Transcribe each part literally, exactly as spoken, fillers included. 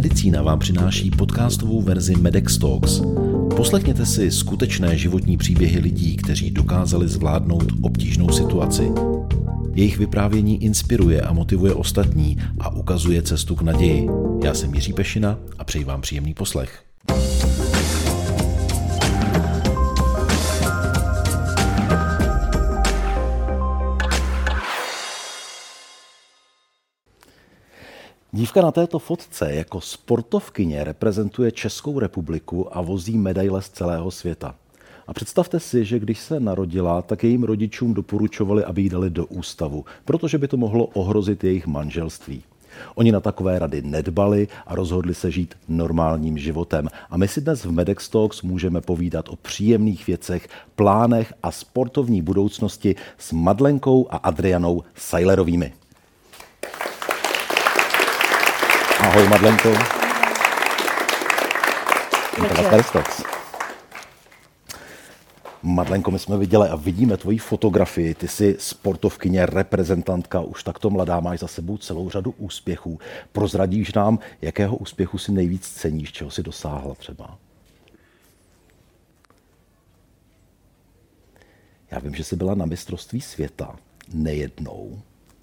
Medicína vám přináší podcastovou verzi Medex Talks. Poslechněte si skutečné životní příběhy lidí, kteří dokázali zvládnout obtížnou situaci. Jejich vyprávění inspiruje a motivuje ostatní a ukazuje cestu k naději. Já jsem Jiří Pešina a přeji vám příjemný poslech. Dívka na této fotce jako sportovkyně reprezentuje Českou republiku a vozí medaile z celého světa. A představte si, že když se narodila, tak jejím rodičům doporučovali, aby ji dali do ústavu, protože by to mohlo ohrozit jejich manželství. Oni na takové rady nedbali a rozhodli se žít normálním životem. A my si dnes v Medex Talks můžeme povídat o příjemných věcech, plánech a sportovní budoucnosti s Madlenkou a Adrianou Sajlerovými. Ahoj, Madlenko. Madlenko, my jsme viděli a vidíme tvoji fotografii. Ty jsi sportovkyně, reprezentantka, už takto mladá, máš za sebou celou řadu úspěchů. Prozradíš nám, jakého úspěchu si nejvíc ceníš, čeho si dosáhla třeba? Já vím, že jsi byla na mistrovství světa nejednou.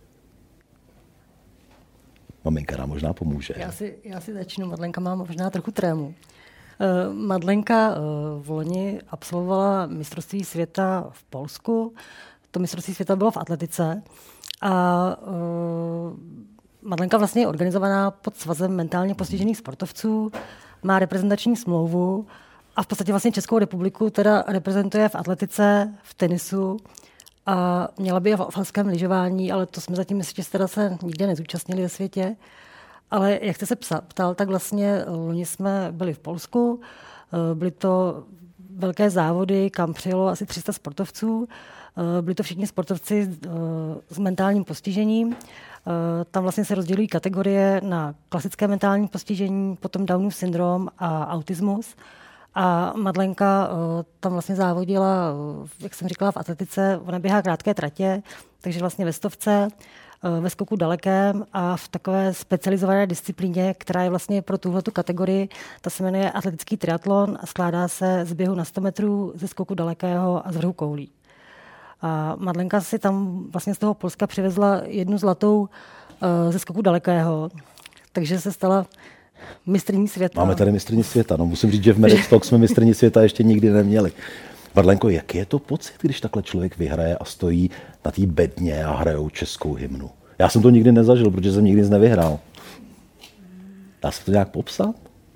Maminka nám možná pomůže. Já si, já si začnu. Madlenka má možná trochu trému. Uh, Madlenka uh, v loni absolvovala mistrovství světa v Polsku. To mistrovství světa bylo v atletice. A uh, Madlenka vlastně je organizovaná pod Svazem mentálně postižených sportovců, má reprezentační smlouvu a v podstatě vlastně Českou republiku teda reprezentuje v atletice, v tenisu a měla by je v alpském lyžování, ale to jsme zatím ještě teda se nikde nezúčastnili ve světě. Ale jak jste se ptal, tak vlastně loni jsme byli v Polsku, byly to velké závody, kam přijelo asi tři sta sportovců, byli to všichni sportovci s mentálním postižením. Tam vlastně se rozdělují kategorie na klasické mentální postižení, potom Downův syndrom a autismus. A Madlenka tam vlastně závodila, jak jsem říkala, v atletice, ona běhá krátké tratě, takže vlastně ve stovce, ve skoku dalekém a v takové specializované disciplíně, která je vlastně pro tuhletu kategorii, ta se jmenuje atletický triatlon a skládá se z běhu na sto metrů, ze skoku dalekého a z vrhu koulí. A Madlenka si tam vlastně z toho Polska přivezla jednu zlatou ze skoku dalekého, takže se stala mistryní světa. Máme tady mistryní světa. No, musím říct, že v Medex Talks jsme mistryní světa ještě nikdy neměli. Madlenko, jaký je to pocit, když takhle člověk vyhraje a stojí na té bedně a hrajou českou hymnu? Já jsem to nikdy nezažil, protože jsem nikdy nic nevyhrál. Dá se to nějak popsat?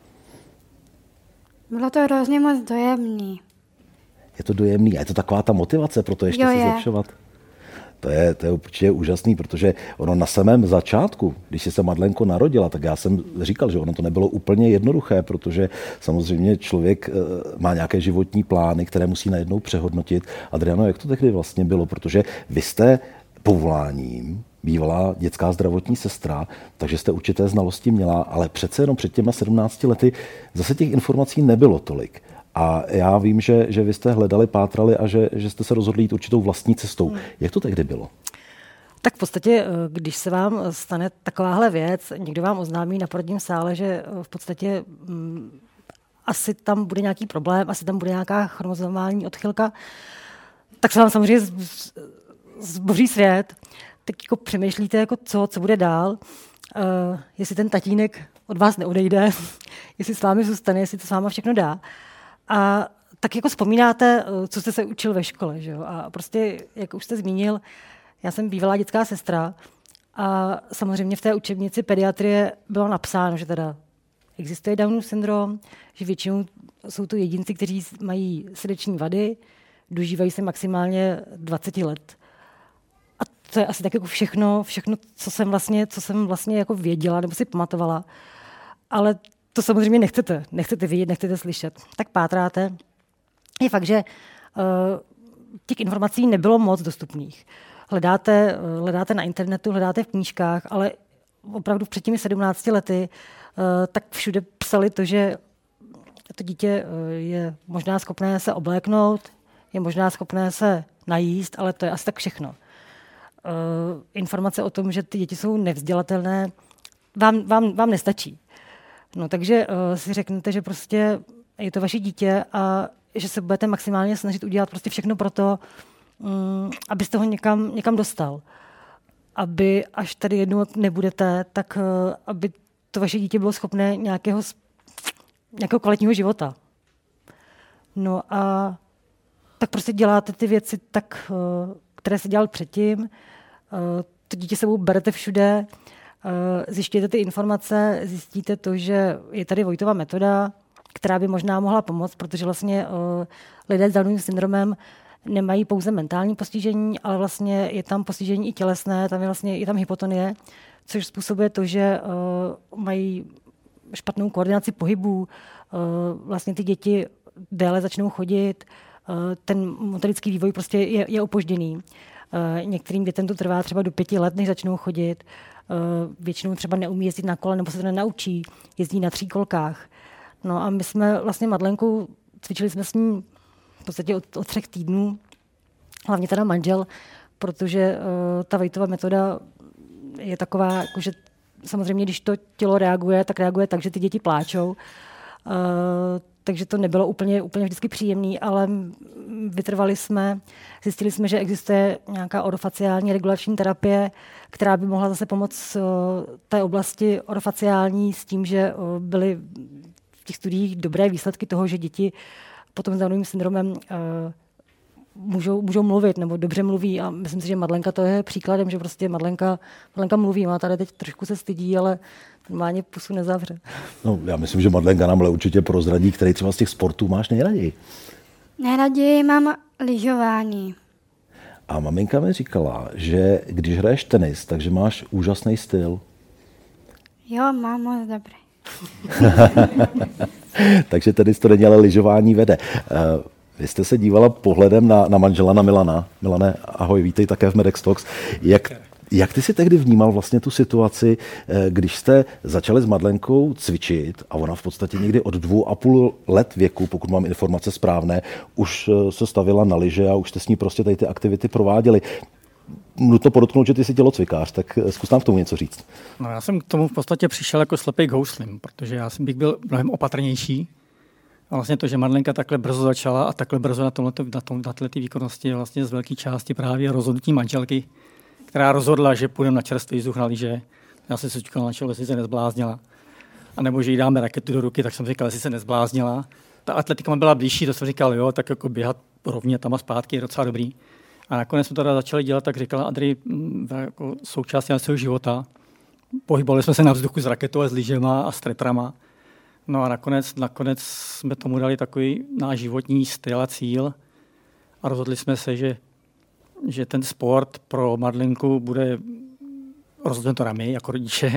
Bylo to hrozně moc dojemný. Je to dojemný a je to taková ta motivace pro to ještě jo, se je. zlepšovat? To je, to je určitě úžasný, protože ono na samém začátku, když jsi se Madlenko narodila, tak já jsem říkal, že ono to nebylo úplně jednoduché, protože samozřejmě člověk má nějaké životní plány, které musí najednou přehodnotit. Adriano, jak to tehdy vlastně bylo? Protože vy jste povoláním bývalá dětská zdravotní sestra, takže jste určité znalosti měla, ale přece jenom před těma sedmnácti lety zase těch informací nebylo tolik. A já vím, že, že vy jste hledali, pátrali a že, že jste se rozhodli jít určitou vlastní cestou. Hmm. Jak to tehdy bylo? Tak v podstatě, když se vám stane takováhle věc, někdo vám oznámí na porodním sále, že v podstatě m, asi tam bude nějaký problém, asi tam bude nějaká chromozomální odchylka, tak se vám samozřejmě zboří svět. Tak jako přemýšlíte, jako co, co bude dál, uh, jestli ten tatínek od vás neodejde, jestli s vámi zůstane, jestli to s váma všechno dá. A tak jako vzpomínáte, co jste se učil ve škole. Že jo? A prostě, jak už jste zmínil, já jsem bývalá dětská sestra a samozřejmě v té učebnici pediatrie bylo napsáno, že teda existuje Downův syndrom, že většinou jsou to jedinci, kteří mají srdeční vady, dožívají se maximálně dvacet let. A to je asi tak jako všechno, všechno co jsem vlastně, co jsem vlastně jako věděla nebo si pamatovala. Ale to samozřejmě nechcete. Nechcete vidět, nechcete slyšet. Tak pátráte. Je fakt, že uh, těch informací nebylo moc dostupných. Hledáte, uh, hledáte na internetu, hledáte v knížkách, ale opravdu před těmi sedmnácti lety uh, tak všude psali to, že to dítě uh, je možná schopné se obléknout, je možná schopné se najíst, ale to je asi tak všechno. Uh, informace o tom, že ty děti jsou nevzdělatelné, vám, vám, vám nestačí. No takže uh, si řeknete, že prostě je to vaše dítě a že se budete maximálně snažit udělat prostě všechno pro to, um, abyste ho někam, někam dostal. Aby až tady jednou nebudete, tak uh, aby to vaše dítě bylo schopné nějakého, nějakého kvalitního života. No a tak prostě děláte ty věci tak, uh, které jste dělal předtím. Uh, to dítě sebou berete všude, uh, zjišťujete ty informace, zjistíte to, že je tady Vojtova metoda, která by možná mohla pomoct, protože vlastně uh, lidé s Downovým syndromem nemají pouze mentální postižení, ale vlastně je tam postižení i tělesné, tam je vlastně je tam hypotonie, což způsobuje to, že uh, mají špatnou koordinaci pohybů, uh, vlastně ty děti déle začnou chodit, uh, ten motorický vývoj prostě je, je opožděný. Uh, některým dětem to trvá třeba do pěti let, než začnou chodit. Uh, většinou třeba neumí jezdit na kole, nebo se to nenaučí, jezdí na tříkolkách. No a my jsme vlastně Madlenku, cvičili jsme s ní v podstatě od, od třech týdnů, hlavně teda manžel, protože uh, ta Vojtova metoda je taková, jakože samozřejmě, když to tělo reaguje, tak reaguje tak, že ty děti pláčou. Uh, takže to nebylo úplně, úplně vždycky příjemný, ale vytrvali jsme, zjistili jsme, že existuje nějaká orofaciální regulační terapie, která by mohla zase pomoct uh, té oblasti orofaciální s tím, že uh, byly v těch studiích dobré výsledky toho, že děti potom s Downovým syndromem uh, můžou, můžou mluvit nebo dobře mluví a myslím si, že Madlenka to je příkladem, že prostě Madlenka, Madlenka mluví, má tady teď trošku se stydí, ale normálně pusu nezavře. No, já myslím, že Madlenka nám ale určitě prozradí, který třeba z těch sportů máš nejraději. Nejraději mám lyžování. A maminka mi říkala, že když hraješ tenis, takže máš úžasný styl. Jo, mám moc dobrý. Takže tenis to není, ale lyžování vede. Uh, Vy jste se dívala pohledem na, na manžela, na Milana. Milane, ahoj, vítej také v Medex Talks. Jak, jak ty si tehdy vnímal vlastně tu situaci, když jste začali s Madlenkou cvičit a ona v podstatě někdy od dvou a půl let věku, pokud mám informace správné, už se stavila na lyže a už jste s ní prostě tady ty aktivity prováděli. Nutno podotknout, že ty jsi tělocvikář, tak zkus nám k tomu něco říct. No, já jsem k tomu v podstatě přišel jako slepej k houslím, protože já jsem bych byl mnohem opatrnější. A vlastně to, že Madlenka takhle brzo začala a takhle brzo na, tomhleto, na, tom, na této výkonnosti je vlastně z velké části právě rozhodnutí manželky, která rozhodla, že půjdeme na čerstvý vzduch na lyže. Já jsem se čekal na čelo, jestli se nezbláznila. A nebo že jí dáme raketu do ruky, tak jsem říkal, jestli se nezbláznila. Ta atletika byla blížší, to jsem říkal, jo, tak jako běhat rovně tam a zpátky je docela dobrý. A nakonec jsme to teda začali dělat, tak říkala Adri, jako součástí svého života. Pohybovali jsme se na vzduchu s raketou a s lyžema a s tretrama. No a nakonec, nakonec jsme tomu dali takový náš životní styl a cíl a rozhodli jsme se, že, že ten sport pro Madlenku bude rozhodnout to my jako rodiče.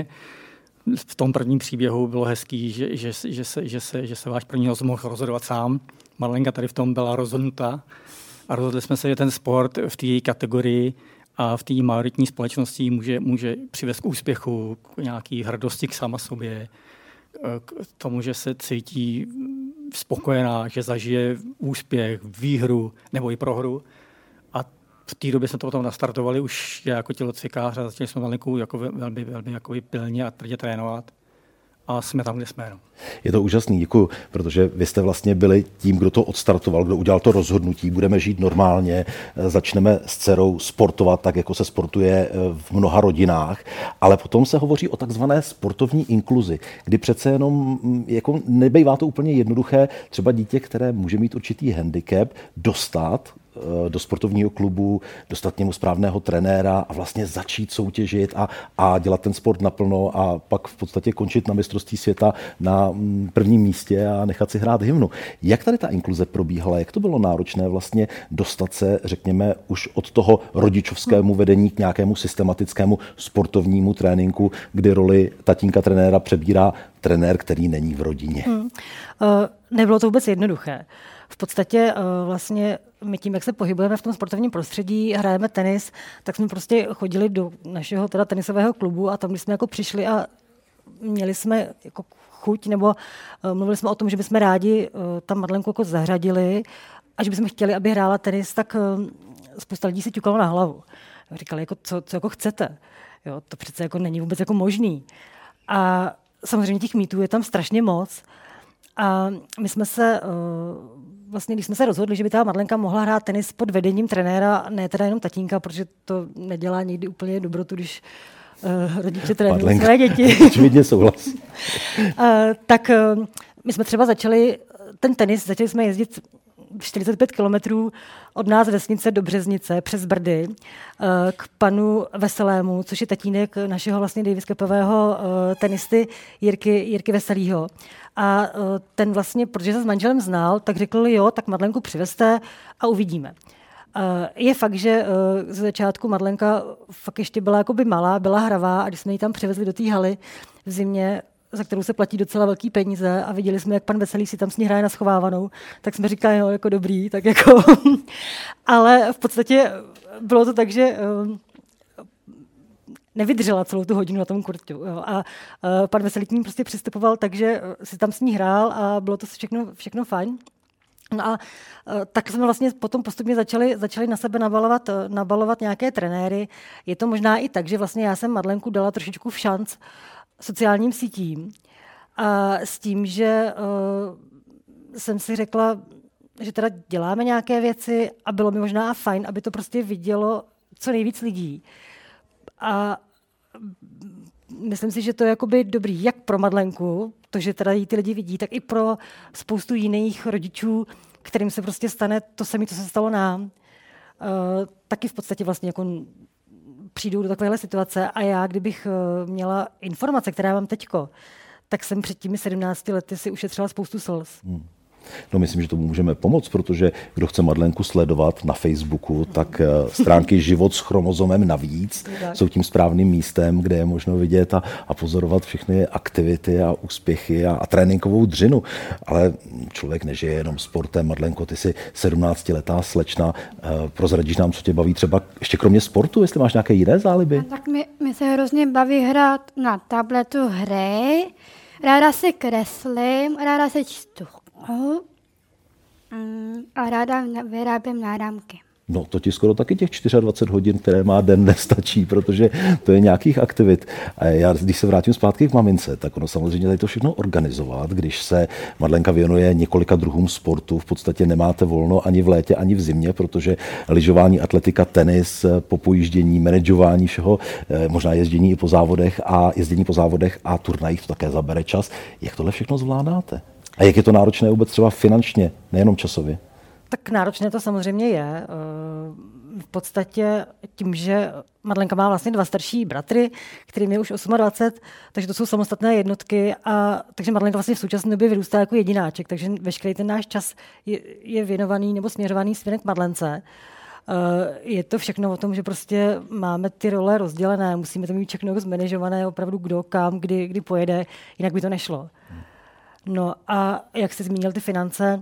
V tom prvním příběhu bylo hezký, že, že, že, se, že, se, že se váš první rozum mohl rozhodovat sám. Madlenka tady v tom byla rozhodnuta a rozhodli jsme se, že ten sport v té její kategorii a v té majoritní společnosti může, může přivést k úspěchu, k nějaký hrdosti k sama sobě, k tomu, že se cítí spokojená, že zažije úspěch, výhru nebo i prohru. A v té době jsme to potom nastartovali už jako tělocvikář a začali jsme Madlenku jako velmi, velmi jako pilně a tvrdě trénovat. A jsme tam, kde jsme. No. Je to úžasný, děkuji, protože vy jste vlastně byli tím, kdo to odstartoval, kdo udělal to rozhodnutí, budeme žít normálně, začneme s dcerou sportovat tak, jako se sportuje v mnoha rodinách, ale potom se hovoří o takzvané sportovní inkluzi, kdy přece jenom jako nebejvá to úplně jednoduché, třeba dítě, které může mít určitý handicap, dostat do sportovního klubu, dostat k němu správného trenéra a vlastně začít soutěžit a, a dělat ten sport naplno a pak v podstatě končit na mistrovství světa na prvním místě a nechat si hrát hymnu. Jak tady ta inkluze probíhala? Jak to bylo náročné vlastně dostat se, řekněme, už od toho rodičovskému vedení k nějakému systematickému sportovnímu tréninku, kdy roli tatínka trenéra přebírá trenér, který není v rodině? Hmm. Uh, nebylo to vůbec jednoduché. V podstatě uh, vlastně my tím, jak se pohybujeme v tom sportovním prostředí, hrajeme tenis, tak jsme prostě chodili do našeho teda tenisového klubu a tam, když jsme jako přišli a měli jsme jako chuť, nebo uh, mluvili jsme o tom, že bychom rádi uh, tam Madlenku jako zařadili a že bychom chtěli, aby hrála tenis, tak uh, spousta lidí si ťukalo na hlavu. Říkali, jako, co, co jako chcete. Jo, to přece jako není vůbec jako možný. A samozřejmě těch mýtů je tam strašně moc. A my jsme se, vlastně když jsme se rozhodli, že by ta Madlenka mohla hrát tenis pod vedením trenéra, ne teda jenom tatínka, protože to nedělá někdy úplně dobrotu, když uh, rodiče trénují své děti. Očividně souhlas. uh, tak uh, my jsme třeba začali ten tenis, začali jsme jezdit čtyřicet pět kilometrů od nás vesnice do Březnice přes Brdy k panu Veselému, což je tatínek našeho vlastně Davis Cupového tenisty Jirky, Jirky Veselýho. A ten vlastně, protože se s manželem znal, tak řekl, jo, tak Madlenku přivezte a uvidíme. Je fakt, že z začátku Madlenka fakt ještě byla jakoby malá, byla hravá a když jsme ji tam přivezli do té haly v zimě, za kterou se platí docela velký peníze a viděli jsme, jak pan Veselý si tam s ní hraje na schovávanou, tak jsme říkali, no, jako dobrý, tak jako... Ale v podstatě bylo to tak, že nevydržela celou tu hodinu na tom kurtu. Jo. A pan Veselý k ní prostě přistupoval tak, že si tam s ní hrál a bylo to všechno, všechno fajn. No a tak jsme vlastně potom postupně začali, začali na sebe nabalovat, nabalovat nějaké trenéry. Je to možná i tak, že vlastně já jsem Madlenku dala trošičku v šanc sociálním sítím a s tím, že uh, jsem si řekla, že teda děláme nějaké věci a bylo mi možná fajn, aby to prostě vidělo co nejvíc lidí. A myslím si, že to je jakoby dobrý jak pro Madlenku, to, že teda jí ty lidi vidí, tak i pro spoustu jiných rodičů, kterým se prostě stane to samé, co se stalo nám. Uh, taky v podstatě vlastně jako přijdou do takovéhle situace a já, kdybych uh, měla informace, které mám teďko, tak jsem před těmi sedmnácti lety si ušetřila spoustu slz. Hmm. No, myslím, že tomu můžeme pomoct, protože kdo chce Madlenku sledovat na Facebooku, tak stránky Život s chromozomem navíc jsou tím správným místem, kde je možno vidět a, a pozorovat všechny aktivity a úspěchy a, a tréninkovou dřinu. Ale člověk nežije jenom sportem. Madlenko, ty jsi sedmnáctiletá slečna. Prozradíš nám, co tě baví třeba ještě kromě sportu, jestli máš nějaké jiné záliby? No, tak mi, mi se hrozně baví hrát na tabletu hry. Ráda si kreslím, ráda si čtu. Oh. Mm, a ráda vyrábím náramky. No to ti skoro taky těch dvacet čtyři hodin, které má den, nestačí, protože to je nějakých aktivit. A já, když se vrátím zpátky k mamince, tak ono samozřejmě tady to všechno organizovat, když se Madlenka věnuje několika druhům sportu, v podstatě nemáte volno ani v létě, ani v zimě, protože lyžování, atletika, tenis, popojíždění, manažování všeho, možná jezdění i po závodech a jezdění po závodech a turnajích to také zabere čas. Jak tohle všechno zvládáte? A jak je to náročné vůbec třeba finančně, nejenom časově? Tak náročné to samozřejmě je. V podstatě tím, že Madlenka má vlastně dva starší bratry, kterým je už dvacet osm, takže to jsou samostatné jednotky a takže Madlenka vlastně v současné době vyrůstá jako jedináček, takže veškerý ten náš čas je, je věnovaný nebo směřovaný směrem k Madlence. Je to všechno o tom, že prostě máme ty role rozdělené, musíme to mít všechno zmanéžované, opravdu kdo, kam, kdy, kdy pojede, jinak by to nešlo. No a jak jsi zmínil ty finance,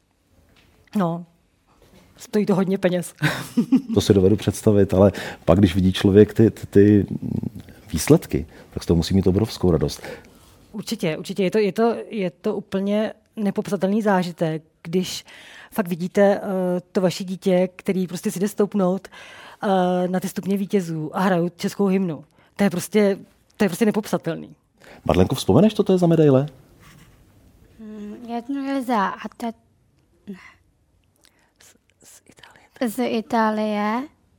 no, stojí to hodně peněz. To si dovedu představit, ale pak, když vidí člověk ty, ty, ty výsledky, tak z toho musí mít obrovskou radost. Určitě, určitě. Je to, je to, je to úplně nepopsatelný zážitek, když fakt vidíte uh, to vaše dítě, který prostě si jde stoupnout uh, na ty stupně vítězů a hrajou českou hymnu. To je prostě, to je prostě nepopsatelný. Madlenko, vzpomeneš, co to je za medaile? Jedno je za Atat... Z, z Itálie. Z Itálie.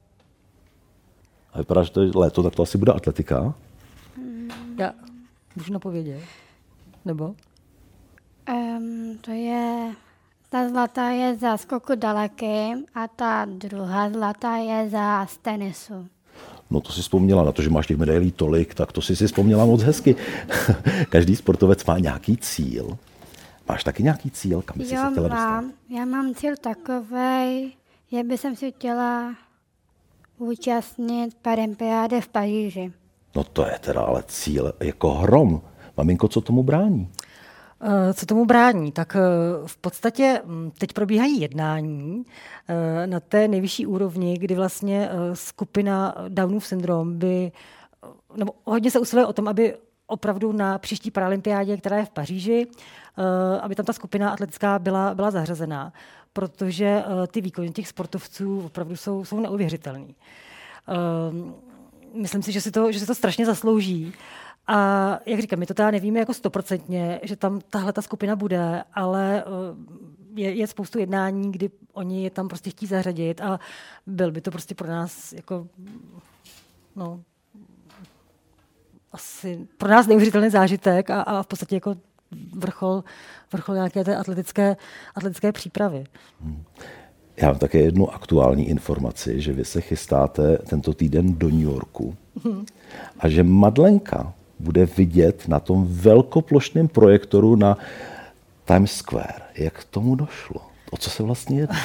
A vypadá, že to je léto, tak to asi bude atletika. Hmm. Já můžu napovědět. Nebo? Um, to je... Ta zlatá je za skoku dalekým a ta druhá zlatá je za z tenisu. No to si vzpomněla na to, že máš těch medailí tolik, tak to si si vzpomněla moc hezky. Každý sportovec má nějaký cíl. Máš taky nějaký cíl, kam bys se chtěla mám. dostat? Já mám cíl takovej, že bych si chtěla účastnit paralympiády v Paříži. No to je teda ale cíl jako hrom. Maminko, co tomu brání? Co tomu brání? Tak v podstatě teď probíhají jednání na té nejvyšší úrovni, kdy vlastně skupina Downův syndrom by, nebo hodně se usiluje o tom, aby opravdu na příští paralympiádě, která je v Paříži, aby tam ta skupina atletická byla, byla zařazená, protože ty výkony těch sportovců opravdu jsou, jsou neuvěřitelný. Myslím si, že si to, že si to strašně zaslouží A jak říkám, my to teda nevíme jako stoprocentně, že tam tahle ta skupina bude, ale je, je spoustu jednání, kdy oni je tam prostě chtí zařadit a byl by to prostě pro nás jako, no, asi pro nás neuvěřitelný zážitek a, a v podstatě jako vrchol, vrchol nějaké té atletické, atletické přípravy. Hmm. Já mám také jednu aktuální informaci, že vy se chystáte tento týden do New Yorku hmm. a že Madlenka bude vidět na tom velkoplošném projektoru na Times Square. Jak k tomu došlo? O co se vlastně jedná?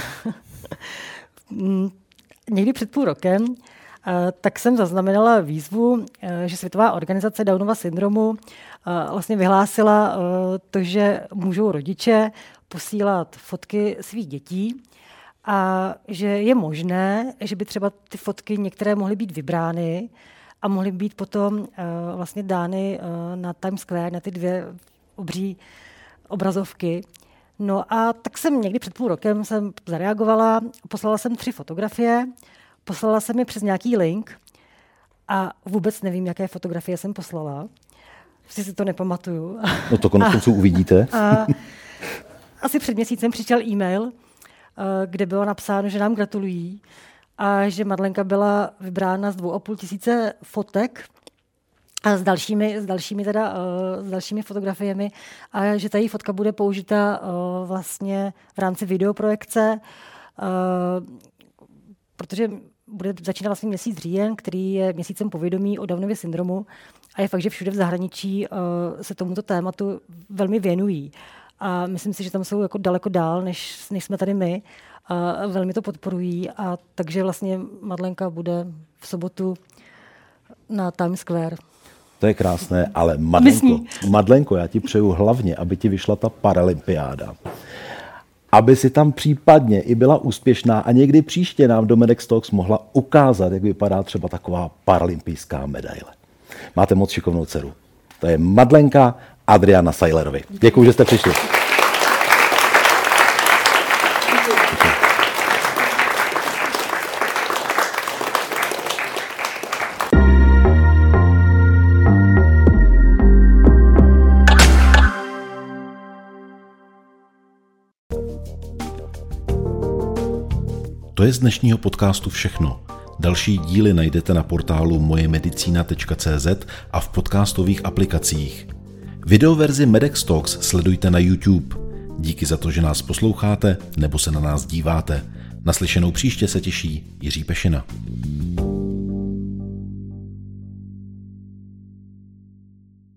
Někdy před půl rokem tak jsem zaznamenala výzvu, že Světová organizace Downova syndromu vlastně vyhlásila to, že můžou rodiče posílat fotky svých dětí a že je možné, že by třeba ty fotky některé mohly být vybrány a mohly být potom vlastně dány na Times Square, na ty dvě obří obrazovky. No a tak jsem někdy před půl rokem jsem zareagovala, poslala jsem tři fotografie, poslala jsem je přes nějaký link a vůbec nevím, jaké fotografie jsem poslala. Si to nepamatuju. No to konec konců uvidíte. A asi před měsícem přišel e-mail, kde bylo napsáno, že nám gratulují a že Madlenka byla vybrána z dvou a půl tisíce fotek a s dalšími, s dalšími, teda, s dalšími fotografiemi a že ta její fotka bude použita vlastně v rámci videoprojekce, protože bude začínat vlastně měsíc říjen, který je měsícem povědomí o Downově syndromu a je fakt, že všude v zahraničí se tomuto tématu velmi věnují. A myslím si, že tam jsou jako daleko dál, než, než jsme tady my. A velmi to podporují. A takže vlastně Madlenka bude v sobotu na Times Square. To je krásné, ale Madlenko, Madlenko, já ti přeju hlavně, aby ti vyšla ta paralympiáda. Aby si tam případně i byla úspěšná a někdy příště nám Dominik Stokes mohla ukázat, jak vypadá třeba taková paralympijská medaile. Máte moc šikovnou dceru. To je Madlenka Adriana Seilerovi. Děkuji, že jste přišli. To je z dnešního podcastu všechno. Další díly najdete na portálu mojemedicina tečka cé zet a v podcastových aplikacích. Videoverzi Medex Talks sledujte na YouTube. Díky za to, že nás posloucháte nebo se na nás díváte. Naslyšenou příště se těší Jiří Pešina.